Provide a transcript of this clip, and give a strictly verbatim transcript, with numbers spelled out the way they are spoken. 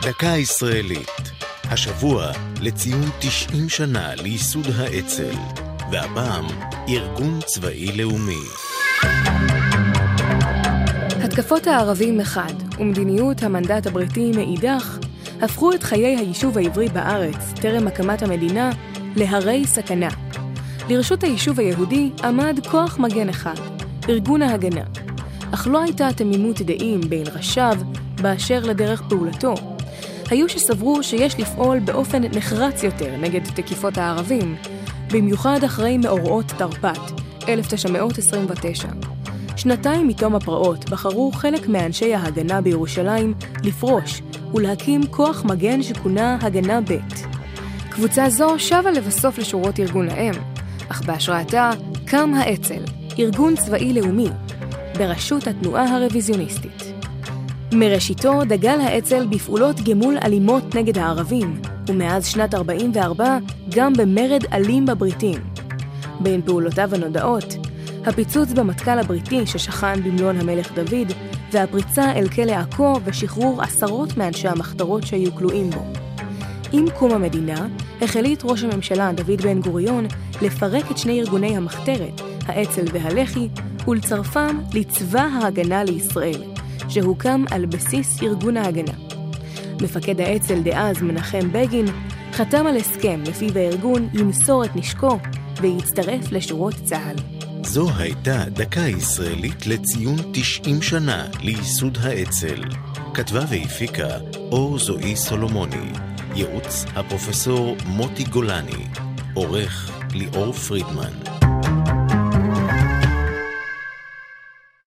דקה ישראלית. השבוע לציון תשעים שנה לייסוד האצ"ל, והפעם ארגון צבאי לאומי. התקפות הערבים מחד ומדיניות המנדט הבריטי מאידך הפכו את חיי היישוב העברי בארץ טרם הקמת המדינה להרי סכנה. לרשות היישוב היהודי עמד כוח מגן אחד, ארגון ההגנה, אך לא הייתה תמימות דעים בין ראשיו באשר לדרך פעולתו. היו שסברו שיש לפעול באופן נחרץ יותר נגד תקיפות הערבים, במיוחד אחרי מאורעות תרפ"ט, אלף תשע מאות עשרים ותשע. שנתיים מתום הפרעות בחרו חלק מאנשי ההגנה בירושלים לפרוש ולהקים כוח מגן שכונה הגנה ב'. קבוצה זו שבה לבסוף לשורות ארגון האם, אך בהשראתה קם האצ"ל, ארגון צבאי לאומי, בראשות התנועה הרוויזיוניסטית. מראשיתו דגל האצ"ל בפעולות גמול אלימות נגד הערבים, ומאז שנת ארבעים וארבע גם במרד אלים בבריטים. בין פעולותיו הנודעות, הפיצוץ במטכ"ל הבריטי ששכן במלון המלך דוד, והפריצה אל כלא עכו ושחרור עשרות מאנשי המחתרות שהיו כלואים בו. עם קום המדינה, החליט ראש הממשלה דוד בן גוריון לפרק את שני ארגוני המחתרת, האצ"ל והלח"י, ולצרפם לצבא ההגנה לישראל, שהוקם על בסיס ארגון ההגנה. מפקד האצ"ל דאז מנחם בגין חתם על הסכם לפיו הארגון ימסור את נשקו ויצטרף לשורות צה"ל. זו הייתה דקה ישראלית לציון תשעים שנה לייסוד האצ"ל. כתבה והפיקה אור זוהי סולומוני. ייעוץ הפרופסור מוטי גולני. עורך ליאור פרידמן.